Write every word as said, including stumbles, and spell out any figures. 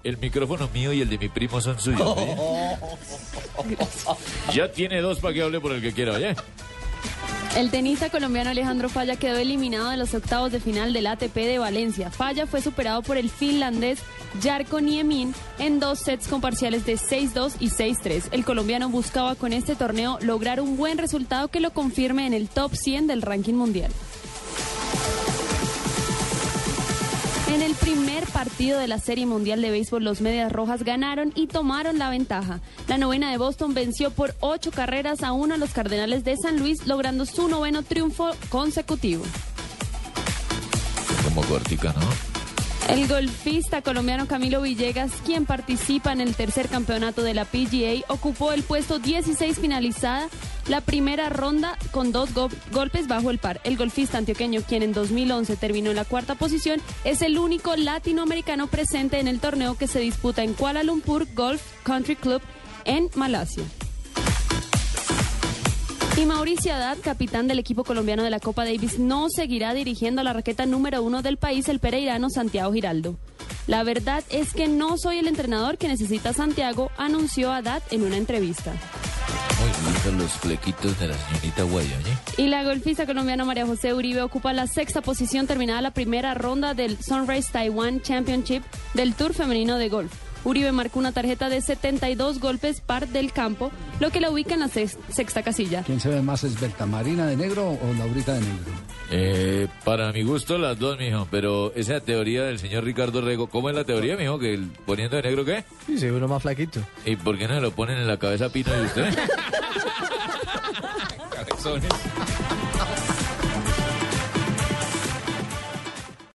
el micrófono mío y el de mi primo son suyos. ¿Oye? Ya tiene dos para que hable por el que quiera, ¿oye? El tenista colombiano Alejandro Falla quedó eliminado de los octavos de final del A T P de Valencia. Falla fue superado por el finlandés Jarkko Niemin en dos sets con parciales de seis dos y seis tres. El colombiano buscaba con este torneo lograr un buen resultado que lo confirme en el top cien del ranking mundial. En el primer partido de la Serie Mundial de Béisbol, los Medias Rojas ganaron y tomaron la ventaja. La novena de Boston venció por ocho carreras a uno a los Cardenales de San Luis, logrando su noveno triunfo consecutivo. Como cortica, ¿no? El golfista colombiano Camilo Villegas, quien participa en el tercer campeonato de la P G A, ocupó el puesto dieciséis finalizada la primera ronda con dos go- golpes bajo el par. El golfista antioqueño, quien en dos mil once terminó en la cuarta posición, es el único latinoamericano presente en el torneo que se disputa en Kuala Lumpur Golf Country Club en Malasia. Y Mauricio Haddad, capitán del equipo colombiano de la Copa Davis, no seguirá dirigiendo la raqueta número uno del país, el pereirano Santiago Giraldo. La verdad es que no soy el entrenador que necesita Santiago, anunció Haddad en una entrevista. Muy lindos los flequitos de la señorita Guayoñe. Y la golfista colombiana María José Uribe ocupa la sexta posición terminada la primera ronda del Sunrise Taiwan Championship del Tour Femenino de Golf. Uribe marcó una tarjeta de setenta y dos golpes par del campo, lo que la ubica en la sex- sexta casilla. ¿Quién se ve más esbelta, Marina de negro o Laurita de negro? Eh, para mi gusto las dos, mijo, pero esa teoría del señor Ricardo Rego, ¿cómo es la teoría, mijo? ¿Que el poniendo de negro qué? Sí, sí, uno más flaquito. ¿Y por qué no se lo ponen en la cabeza Pino de usted? Cabezones.